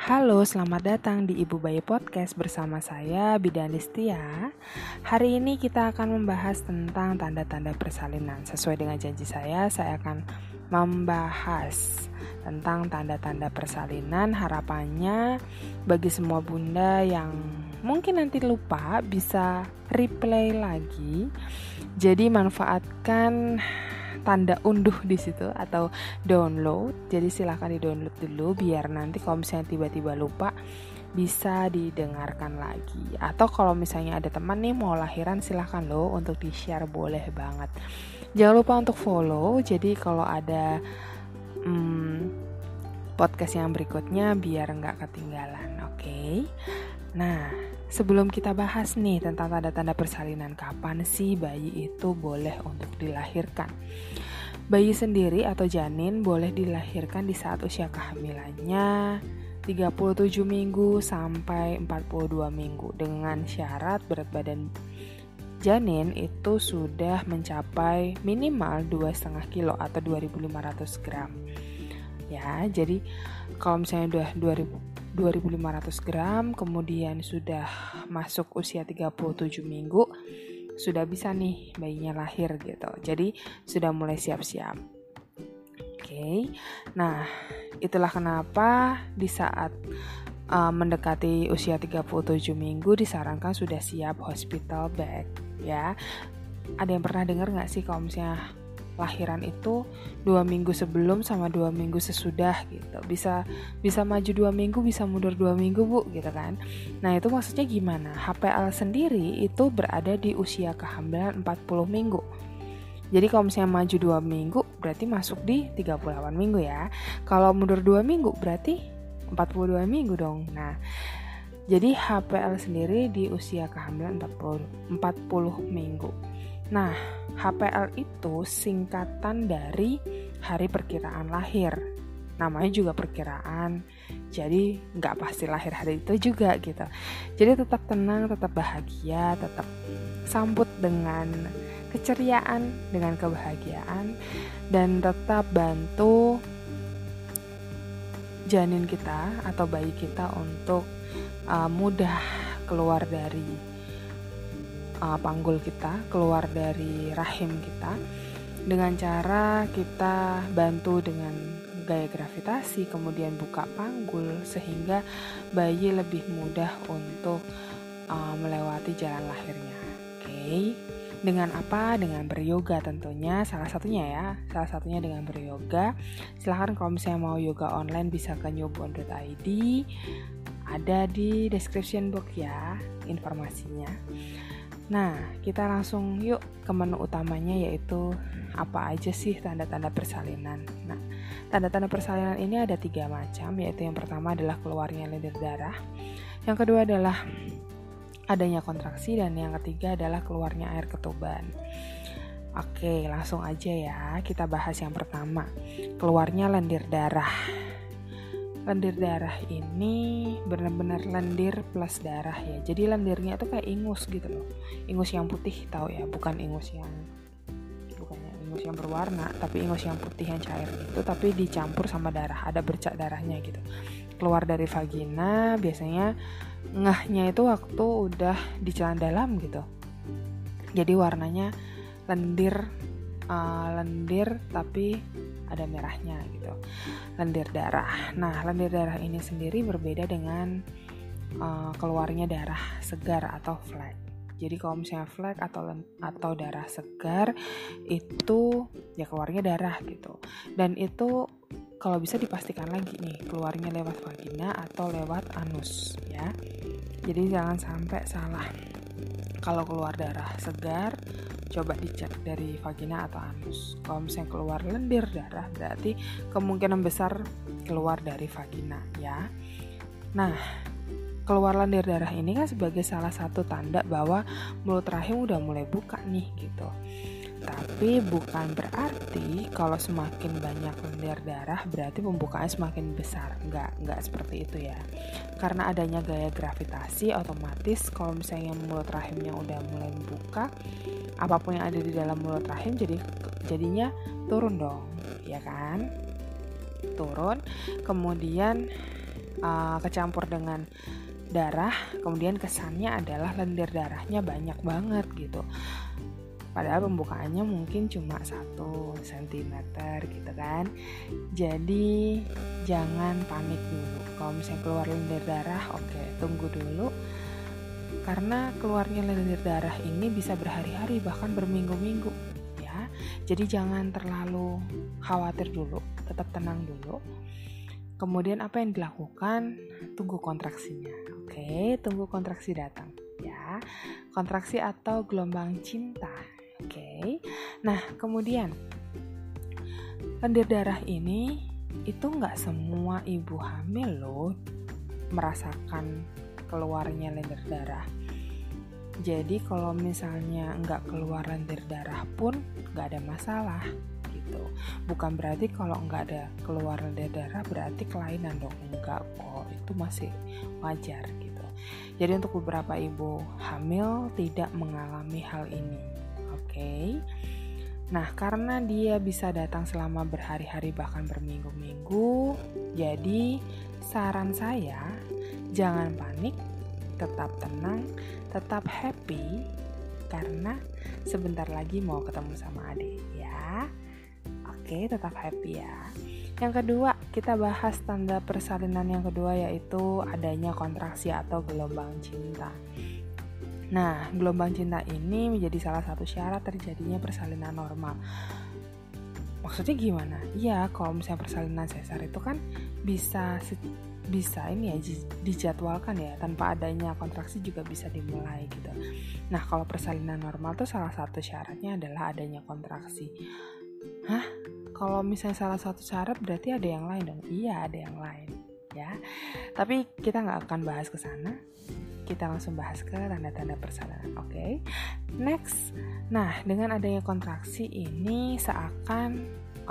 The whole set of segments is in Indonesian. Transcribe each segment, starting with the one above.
Halo, selamat datang di Ibu Bayi Podcast bersama saya, Bidan Listia. Hari ini kita akan membahas tentang tanda-tanda persalinan. Sesuai dengan janji saya akan membahas tentang tanda-tanda persalinan. Harapannya bagi semua bunda yang mungkin nanti lupa bisa replay lagi. Jadi manfaatkan tanda unduh di situ atau download. Jadi silahkan di-download dulu biar nanti kalau misalnya tiba-tiba lupa bisa didengarkan lagi. Atau kalau misalnya ada teman nih mau lahiran, silahkan loh untuk di-share, boleh banget. Jangan lupa untuk follow. Jadi kalau ada podcast yang berikutnya biar nggak ketinggalan. Oke. Nah, sebelum kita bahas nih tentang tanda-tanda persalinan, kapan sih bayi itu boleh untuk dilahirkan? Bayi sendiri atau janin boleh dilahirkan di saat usia kehamilannya 37 minggu sampai 42 minggu dengan syarat berat badan janin itu sudah mencapai minimal 2,5 kilo atau 2.500 gram. Ya, jadi kalau misalnya udah 2.500 gram, kemudian sudah masuk usia 37 minggu, sudah bisa nih bayinya lahir gitu. Jadi sudah mulai siap-siap. Oke. Nah, itulah kenapa di saat mendekati usia 37 minggu disarankan sudah siap hospital bag ya. Ada yang pernah dengar gak sih kalau misalnya lahiran itu 2 minggu sebelum sama 2 minggu sesudah gitu. Bisa maju 2 minggu, bisa mundur 2 minggu bu gitu kan. Nah itu maksudnya gimana? HPL sendiri itu berada di usia kehamilan 40 minggu. Jadi kalau misalnya maju 2 minggu berarti masuk di 38 minggu ya. Kalau mundur 2 minggu berarti 42 minggu dong. Nah jadi HPL sendiri di usia kehamilan 40 minggu. Nah, HPL itu singkatan dari hari perkiraan lahir. Namanya juga perkiraan, jadi nggak pasti lahir hari itu juga gitu. Jadi tetap tenang, tetap bahagia, tetap sambut dengan keceriaan, dengan kebahagiaan, dan tetap bantu janin kita atau bayi kita untuk mudah keluar dari panggul kita, keluar dari rahim kita dengan cara kita bantu dengan gaya gravitasi, kemudian buka panggul sehingga bayi lebih mudah untuk melewati jalan lahirnya. Oke. Dengan apa? Dengan beryoga tentunya, salah satunya dengan beryoga. Silahkan kalau misalnya mau yoga online bisa ke newborn.id, ada di description box ya informasinya. Nah, kita langsung yuk ke menu utamanya, yaitu apa aja sih tanda-tanda persalinan. Nah, tanda-tanda persalinan ini ada 3 macam, yaitu yang pertama adalah keluarnya lendir darah, yang kedua adalah adanya kontraksi, dan yang ketiga adalah keluarnya air ketuban. Oke, langsung aja ya, kita bahas yang pertama, keluarnya lendir darah. Lendir darah ini benar-benar lendir plus darah ya. Jadi lendirnya itu kayak ingus gitu loh. Ingus yang putih tahu ya, bukan ingus yang berwarna, tapi ingus yang putih yang cair gitu, tapi dicampur sama darah, ada bercak darahnya gitu. Keluar dari vagina, biasanya ngahnya itu waktu udah di celana dalam gitu. Jadi warnanya lendir tapi ada merahnya gitu, lendir darah. Nah, lendir darah ini sendiri berbeda dengan keluarnya darah segar atau flek. Jadi kalau misalnya flek atau darah segar itu ya keluarnya darah gitu. Dan itu kalau bisa dipastikan lagi nih keluarnya lewat vagina atau lewat anus ya. Jadi jangan sampai salah. Kalau keluar darah segar, coba dicek dari vagina atau anus. Kalau misalnya keluar lendir darah, berarti kemungkinan besar keluar dari vagina ya. Nah, keluar lendir darah ini kan sebagai salah satu tanda bahwa mulut rahim udah mulai buka nih gitu. Tapi bukan berarti kalau semakin banyak lendir darah berarti pembukaannya semakin besar. Enggak seperti itu ya. Karena adanya gaya gravitasi, otomatis kalau misalnya mulut rahimnya udah mulai membuka, apapun yang ada di dalam mulut rahim jadinya turun dong, ya kan? Turun, kemudian kecampur dengan darah, kemudian kesannya adalah lendir darahnya banyak banget gitu. Padahal pembukaannya mungkin cuma 1 cm gitu kan. Jadi jangan panik dulu. Kalau misalnya keluar lendir darah, oke, tunggu dulu. Karena keluarnya lendir darah ini bisa berhari-hari bahkan berminggu-minggu ya. Jadi jangan terlalu khawatir dulu, tetap tenang dulu. Kemudian apa yang dilakukan? Tunggu kontraksinya. Oke, tunggu kontraksi datang ya. Kontraksi atau gelombang cinta. Oke. Nah, kemudian lendir darah ini itu nggak semua ibu hamil loh merasakan keluarnya lendir darah. Jadi kalau misalnya nggak keluar lendir darah pun nggak ada masalah gitu. Bukan berarti kalau nggak ada keluar lendir darah berarti kelainan dong. Enggak kok, itu masih wajar gitu. Jadi untuk beberapa ibu hamil tidak mengalami hal ini. Oke. Nah, karena dia bisa datang selama berhari-hari bahkan berminggu-minggu, jadi saran saya jangan panik, tetap tenang, tetap happy karena sebentar lagi mau ketemu sama adik ya. Oke, tetap happy ya. Yang kedua, kita bahas tanda persalinan yang kedua yaitu adanya kontraksi atau gelombang cinta. Nah, gelombang cinta ini menjadi salah satu syarat terjadinya persalinan normal. Maksudnya gimana? Iya, kalau misalnya persalinan sesar itu kan bisa ini ya dijadwalkan ya, tanpa adanya kontraksi juga bisa dimulai gitu. Nah, kalau persalinan normal tuh salah satu syaratnya adalah adanya kontraksi. Hah? Kalau misalnya salah satu syarat berarti ada yang lain dong? Iya, ada yang lain ya. Tapi kita nggak akan bahas ke sana. Kita langsung bahas ke tanda-tanda persalinan. Oke. Next. Nah, dengan adanya kontraksi ini seakan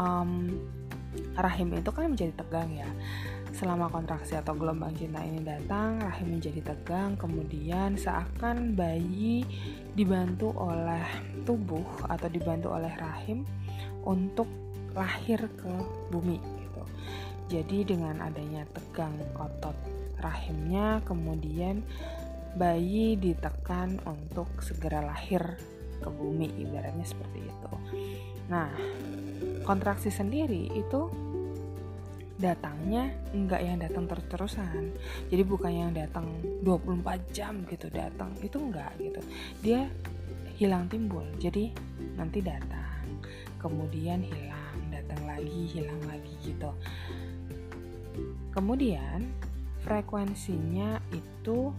rahim itu kan menjadi tegang ya. Selama kontraksi atau gelombang cinta ini datang, rahim menjadi tegang, kemudian seakan bayi dibantu oleh tubuh atau dibantu oleh rahim untuk lahir ke bumi gitu. Jadi dengan adanya tegang otot rahimnya, kemudian bayi ditekan untuk segera lahir ke bumi, ibaratnya seperti itu. Nah, kontraksi sendiri itu datangnya enggak yang datang terus-terusan. Jadi bukan yang datang 24 jam gitu datang, itu enggak gitu. Dia hilang timbul. Jadi nanti datang, kemudian hilang, datang lagi, hilang lagi gitu. Kemudian frekuensinya itu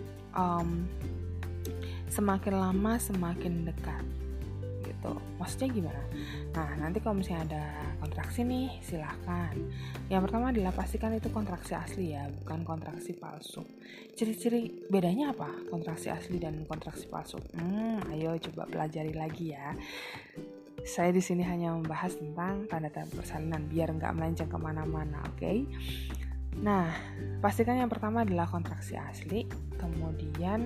semakin lama semakin dekat gitu. Maksudnya gimana? Nah, nanti kalau misalnya ada kontraksi nih, silahkan. Yang pertama adalah pastikan itu kontraksi asli ya, bukan kontraksi palsu. Ciri-ciri bedanya apa? Kontraksi asli dan kontraksi palsu. Ayo coba pelajari lagi ya. Saya di sini hanya membahas tentang tanda-tanda persalinan biar nggak melenceng kemana-mana, oke? Nah, pastikan yang pertama adalah kontraksi asli. Kemudian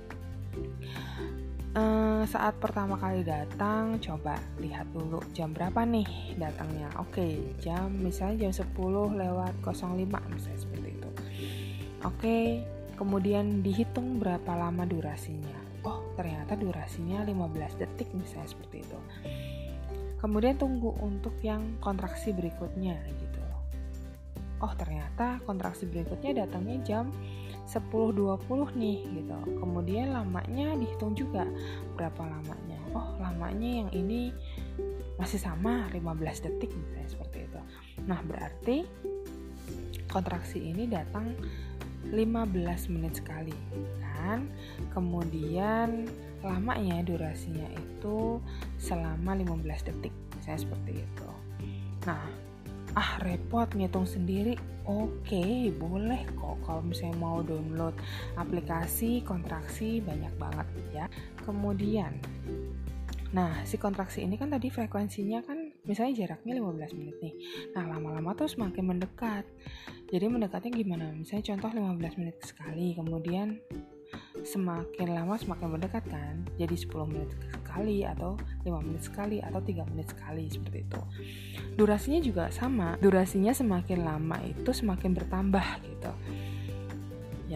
saat pertama kali datang, coba lihat dulu jam berapa nih datangnya. Oke, misalnya jam 10:05 misalnya seperti itu. Oke, kemudian dihitung berapa lama durasinya. Oh, ternyata durasinya 15 detik misalnya seperti itu. Kemudian tunggu untuk yang kontraksi berikutnya gitu. Oh, ternyata kontraksi berikutnya datangnya jam 10:20 nih gitu. Kemudian lamanya dihitung juga berapa lamanya. Oh, lamanya yang ini masih sama 15 detik misalnya seperti itu. Nah, berarti kontraksi ini datang 15 menit sekali kan. Kemudian lamanya durasinya itu selama 15 detik misalnya seperti itu. Nah, repot ngitung sendiri. Oke, boleh kok kalau misalnya mau download aplikasi kontraksi banyak banget ya. Kemudian si kontraksi ini kan tadi frekuensinya kan misalnya jaraknya 15 menit nih. Nah, lama-lama tuh semakin mendekat. Jadi mendekatnya gimana? Misalnya contoh 15 menit sekali, kemudian semakin lama semakin mendekat kan. Jadi 10 menit sekali atau 5 menit sekali atau 3 menit sekali seperti itu. Durasinya juga sama. Durasinya semakin lama itu semakin bertambah gitu.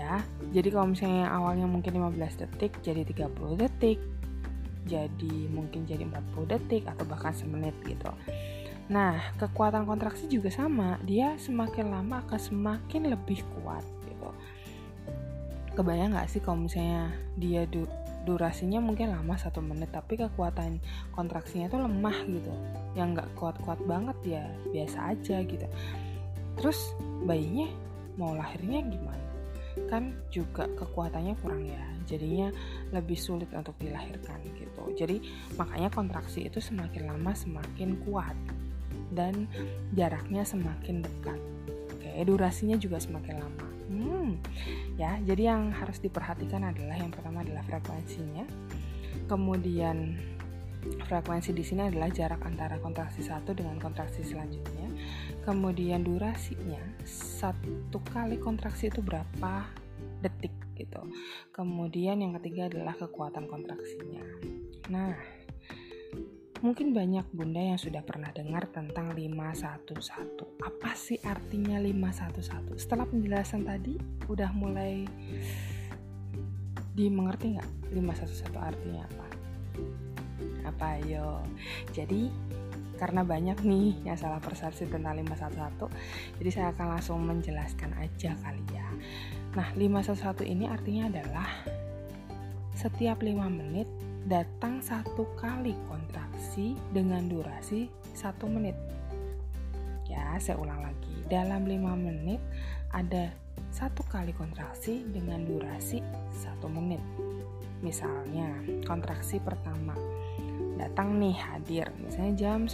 ya. Jadi kalau misalnya awalnya mungkin 15 detik jadi 30 detik, jadi mungkin jadi 40 detik atau bahkan semenit gitu. Nah, kekuatan kontraksi juga sama, dia semakin lama akan semakin lebih kuat gitu. Kebayang gak sih kalau misalnya dia durasinya mungkin lama 1 menit, tapi kekuatan kontraksinya tuh lemah gitu, yang gak kuat-kuat banget ya, biasa aja gitu. Terus bayinya mau lahirnya gimana? Kan juga kekuatannya kurang ya, jadinya lebih sulit untuk dilahirkan gitu. Jadi makanya kontraksi itu semakin lama semakin kuat dan jaraknya semakin dekat. Oke, durasinya juga semakin lama. Ya, jadi yang harus diperhatikan adalah yang pertama adalah frekuensinya. Kemudian frekuensi di sini adalah jarak antara kontraksi satu dengan kontraksi selanjutnya. Kemudian durasinya, 1 kali kontraksi itu berapa detik gitu. Kemudian yang ketiga adalah kekuatan kontraksinya. Nah, mungkin banyak bunda yang sudah pernah dengar tentang 511. Apa sih artinya 511? Setelah penjelasan tadi, udah mulai dimengerti nggak 511 artinya apa? Apa ayo? Jadi karena banyak nih yang salah persepsi tentang 511, jadi saya akan langsung menjelaskan aja kali ya. Nah, 511 ini artinya adalah setiap 5 menit datang 1 kali kontraksi dengan durasi 1 menit. Ya, saya ulang lagi. Dalam 5 menit ada 1 kali kontraksi dengan durasi 1 menit. Misalnya, kontraksi pertama datang nih, hadir misalnya jam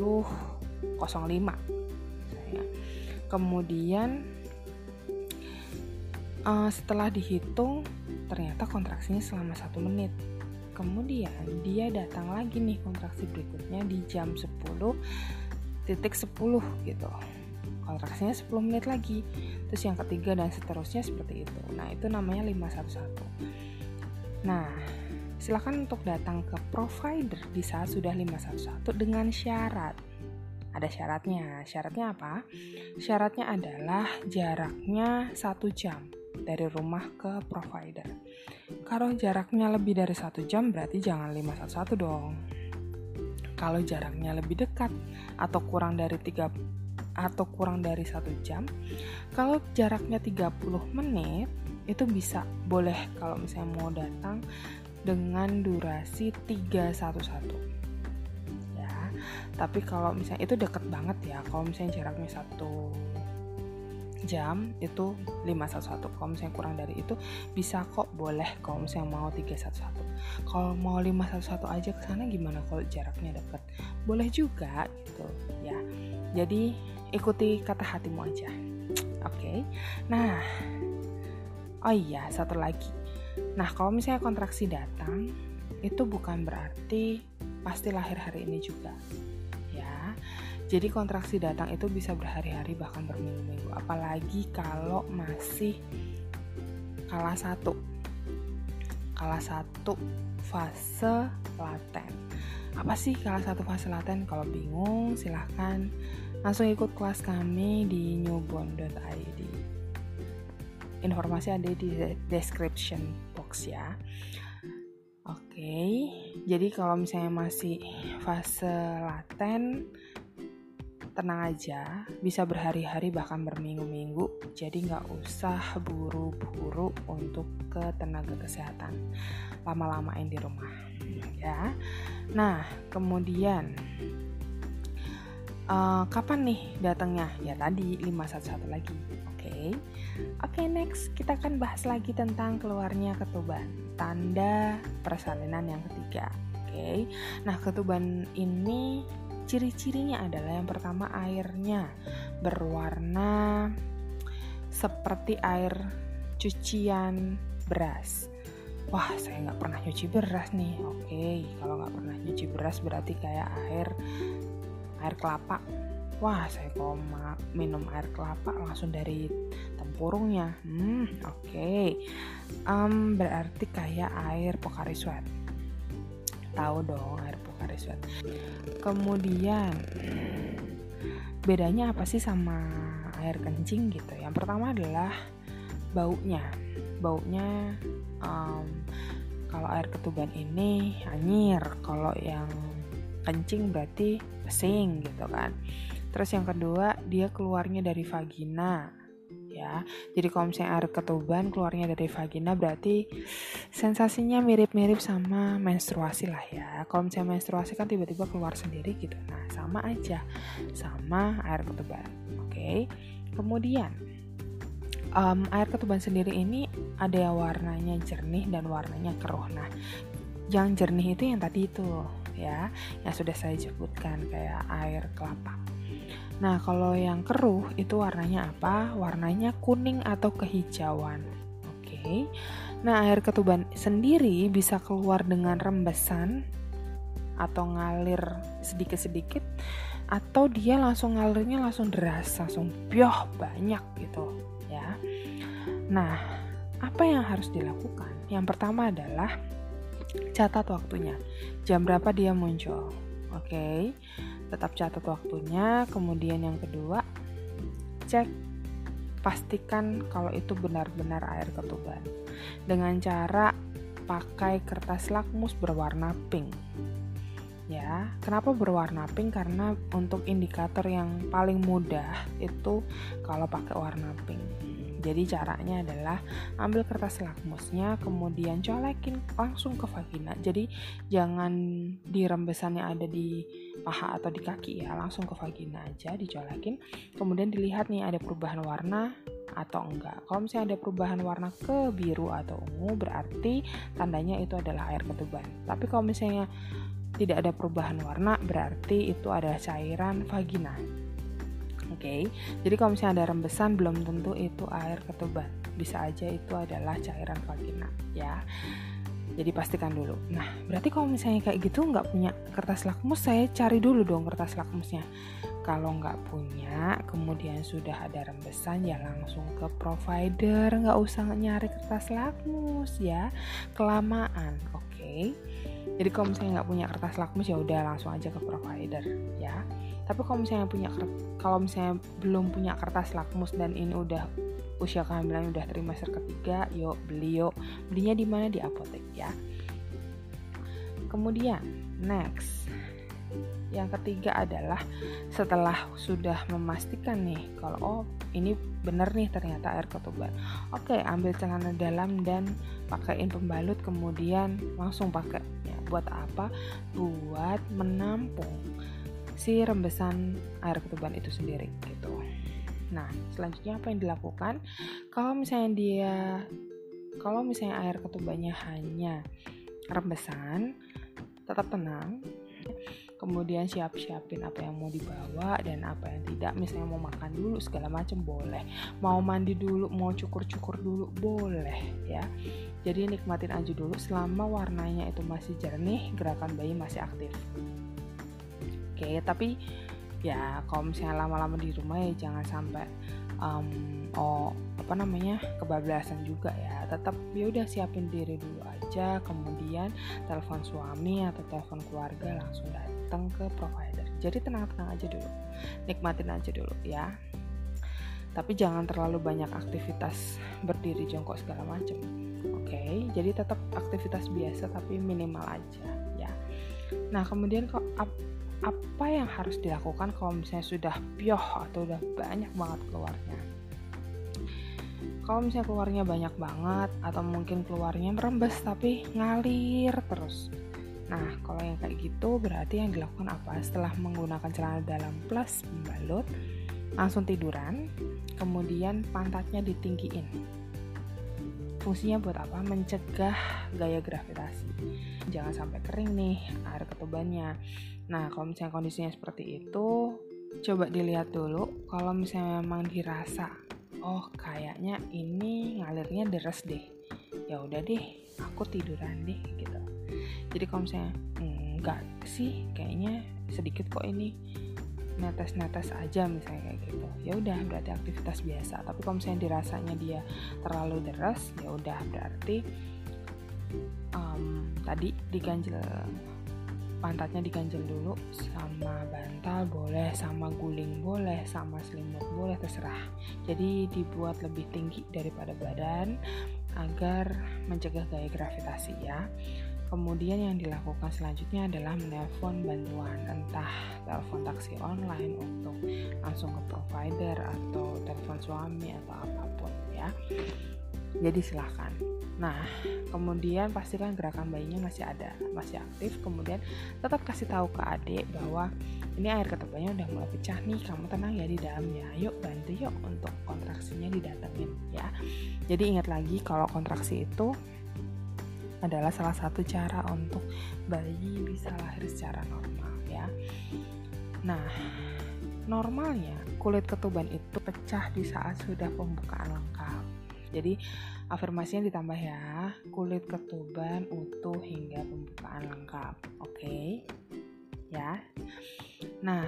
10.05 misalnya. Kemudian setelah dihitung ternyata kontraksinya selama 1 menit. Kemudian dia datang lagi nih kontraksi berikutnya di jam 10.10 gitu. Kontraksinya 10 menit lagi. Terus yang ketiga dan seterusnya seperti itu. Nah, itu namanya 511. Nah, silakan untuk datang ke provider di saat sudah 511 dengan syarat. Ada syaratnya. Syaratnya apa? Syaratnya adalah jaraknya 1 jam dari rumah ke provider. Kalau jaraknya lebih dari 1 jam berarti jangan 511 dong. Kalau jaraknya lebih dekat atau kurang dari 1 jam, kalau jaraknya 30 menit itu bisa boleh kalau misalnya mau datang dengan durasi 311 ya. Tapi kalau misalnya itu deket banget ya, kalau misalnya jaraknya 1 jam itu 511. Kalau misalnya kurang dari itu bisa kok, boleh kalau misalnya mau 311. Kalau mau 511 aja ke sana gimana kalau jaraknya deket? Boleh juga gitu ya. Jadi ikuti kata hatimu aja. Oke. Nah, oh iya, satu lagi. Nah, kalau misalnya kontraksi datang, itu bukan berarti pasti lahir hari ini juga. Ya. Jadi kontraksi datang itu bisa berhari-hari bahkan berminggu-minggu. Apalagi kalau masih kala 1 fase laten. Apa sih kala 1 fase laten? Kalau bingung silahkan langsung ikut kelas kami di newborn.id. Informasi ada di description box ya. Oke, jadi kalau misalnya masih fase laten, tenang aja, bisa berhari-hari bahkan berminggu-minggu. Jadi nggak usah buru-buru untuk ke tenaga kesehatan, lama-lamain di rumah ya. Nah, kemudian kapan nih datangnya? Ya tadi 511 lagi. Oke, next kita akan bahas lagi tentang keluarnya ketuban, tanda persalinan yang ketiga. Oke. Nah, ketuban ini ciri-cirinya adalah yang pertama airnya berwarna seperti air cucian beras. Wah, saya nggak pernah nyuci beras nih. Oke, kalau nggak pernah nyuci beras berarti kayak air kelapa. Wah, saya kalau minum air kelapa langsung dari tempurungnya. Oke. Berarti kayak air Pocari Sweat. Tahu dong air Pocari Sweat. Kemudian bedanya apa sih sama air kencing gitu? Yang pertama adalah baunya. baunya kalau air ketuban ini anyir, kalau yang kencing berarti pesing gitu kan. Terus yang kedua, dia keluarnya dari vagina ya. Jadi kalau misalnya air ketuban keluarnya dari vagina berarti sensasinya mirip-mirip sama menstruasi lah ya. Kalau misalnya menstruasi kan tiba-tiba keluar sendiri gitu. Nah, sama aja sama air ketuban. Oke. Kemudian air ketuban sendiri ini ada yang warnanya jernih dan warnanya keruh. Nah, yang jernih itu yang tadi itu ya, yang sudah saya sebutkan kayak air kelapa. Nah, kalau yang keruh itu warnanya apa? Warnanya kuning atau kehijauan. Oke. Nah, air ketuban sendiri bisa keluar dengan rembesan atau ngalir sedikit-sedikit, atau dia langsung ngalirnya langsung deras, langsung pioh banyak gitu ya. Nah, apa yang harus dilakukan? Yang pertama adalah catat waktunya. Jam berapa dia muncul? Oke. Tetap catat waktunya. Kemudian yang kedua, cek pastikan kalau itu benar-benar air ketuban dengan cara pakai kertas lakmus berwarna pink. Ya, kenapa berwarna pink? Karena untuk indikator yang paling mudah itu kalau pakai warna pink. Jadi caranya adalah ambil kertas lakmusnya, kemudian colekin langsung ke vagina. Jadi jangan di rembesan yang ada di paha atau di kaki ya, langsung ke vagina aja dicolekin. Kemudian dilihat nih ada perubahan warna atau enggak. Kalau misalnya ada perubahan warna ke biru atau ungu, berarti tandanya itu adalah air ketuban. Tapi kalau misalnya tidak ada perubahan warna, berarti itu adalah cairan vagina. Oke, jadi kalau misalnya ada rembesan belum tentu itu air ketuban, bisa aja itu adalah cairan vagina ya. Jadi pastikan dulu. Nah, berarti kalau misalnya kayak gitu nggak punya kertas lakmus, saya cari dulu dong kertas lakmusnya. Kalau nggak punya, kemudian sudah ada rembesan, ya langsung ke provider, nggak usah nyari kertas lakmus ya, kelamaan. Oke. Jadi kalau misalnya nggak punya kertas lakmus, ya udah langsung aja ke provider ya. Tapi kalau misalnya belum punya kertas lakmus dan ini udah usia kehamilan udah trimester ketiga, yuk belinya di mana? Di apotek ya. Kemudian next, yang ketiga adalah setelah sudah memastikan nih kalau ini benar nih ternyata air ketuban, oke, ambil celana dalam dan pakaiin pembalut, kemudian langsung pakai ya. Buat apa? Buat menampung si rembesan air ketuban itu sendiri gitu. Nah, selanjutnya apa yang dilakukan? Kalau misalnya air ketubannya hanya rembesan, tetap tenang. Kemudian siapin apa yang mau dibawa dan apa yang tidak. Misalnya mau makan dulu segala macam boleh, mau mandi dulu, mau cukur dulu boleh ya. Jadi nikmatin aja dulu selama warnanya itu masih jernih, gerakan bayi masih aktif. Oke, tapi ya kalau misalnya lama-lama di rumah ya jangan sampai kebablasan juga ya. Tetap ya udah siapin diri dulu aja, kemudian telepon suami atau telepon keluarga, langsung datang ke provider. Jadi tenang-tenang aja dulu, nikmatin aja dulu ya. Tapi jangan terlalu banyak aktivitas berdiri jongkok segala macam. Oke, jadi tetap aktivitas biasa tapi minimal aja ya. Nah, kemudian apa yang harus dilakukan kalau misalnya sudah pioh atau udah banyak banget keluarnya? Kalau misalnya keluarnya banyak banget atau mungkin keluarnya merembes tapi ngalir terus. Nah, kalau yang kayak gitu berarti yang dilakukan apa? Setelah menggunakan celana dalam plus pembalut, langsung tiduran, kemudian pantatnya ditinggiin. Fungsinya buat apa? Mencegah gaya gravitasi. Jangan sampai kering nih air ketubannya. Nah, kalau misalnya kondisinya seperti itu, coba dilihat dulu. Kalau misalnya memang dirasa, kayaknya ini ngalirnya deres deh, ya udah deh, aku tiduran deh gitu. Jadi kalau misalnya enggak sih, kayaknya sedikit kok ini, netes-netes aja misalnya kayak gitu, ya udah berarti aktivitas biasa. Tapi kalau misalnya dirasanya dia terlalu deras, ya udah berarti tadi diganjel, pantatnya diganjel dulu sama bantal boleh, sama guling boleh, sama selimut boleh, terserah. Jadi dibuat lebih tinggi daripada badan agar mencegah gaya gravitasi ya. Kemudian yang dilakukan selanjutnya adalah menelpon bantuan, entah telepon taksi online untuk langsung ke provider atau telepon suami atau apapun ya. Jadi silahkan. Nah, kemudian pastikan gerakan bayinya masih aktif. Kemudian tetap kasih tahu ke adik bahwa ini air ketubannya udah mulai pecah nih, kamu tenang ya di dalamnya. Yuk bantu yuk untuk kontraksinya didatengin ya. Jadi ingat lagi kalau kontraksi itu adalah salah satu cara untuk bayi bisa lahir secara normal ya. Nah, normalnya kulit ketuban itu pecah di saat sudah pembukaan lengkap. Jadi afirmasinya ditambah ya, kulit ketuban utuh hingga pembukaan lengkap. Oke? Ya. Nah,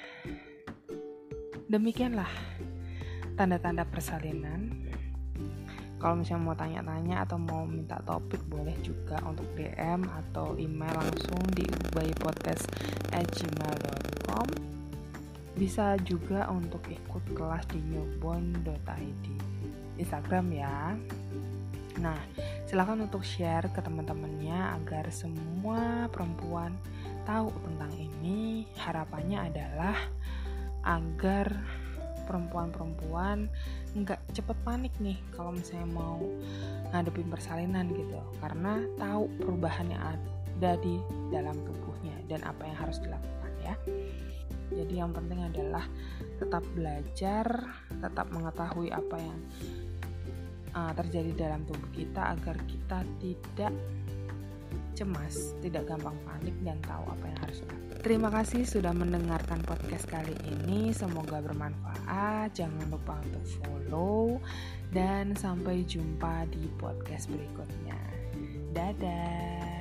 demikianlah tanda-tanda persalinan. Kalau misalnya mau tanya-tanya atau mau minta topik, boleh juga untuk DM atau email langsung di bayipodcast@gmail.com. Bisa juga untuk ikut kelas di newborn.id Instagram ya. Nah, silakan untuk share ke teman-temannya agar semua perempuan tahu tentang ini. Harapannya adalah agar perempuan-perempuan nggak cepet panik nih kalau misalnya mau ngadepin persalinan gitu, karena tahu perubahan yang ada di dalam tubuhnya dan apa yang harus dilakukan ya. Jadi yang penting adalah tetap belajar, tetap mengetahui apa yang terjadi dalam tubuh kita agar kita tidak cemas, tidak gampang panik dan tahu apa yang harus dilakukan. Terima kasih sudah mendengarkan podcast kali ini, semoga bermanfaat. Jangan lupa untuk follow dan sampai jumpa di podcast berikutnya. Dadah.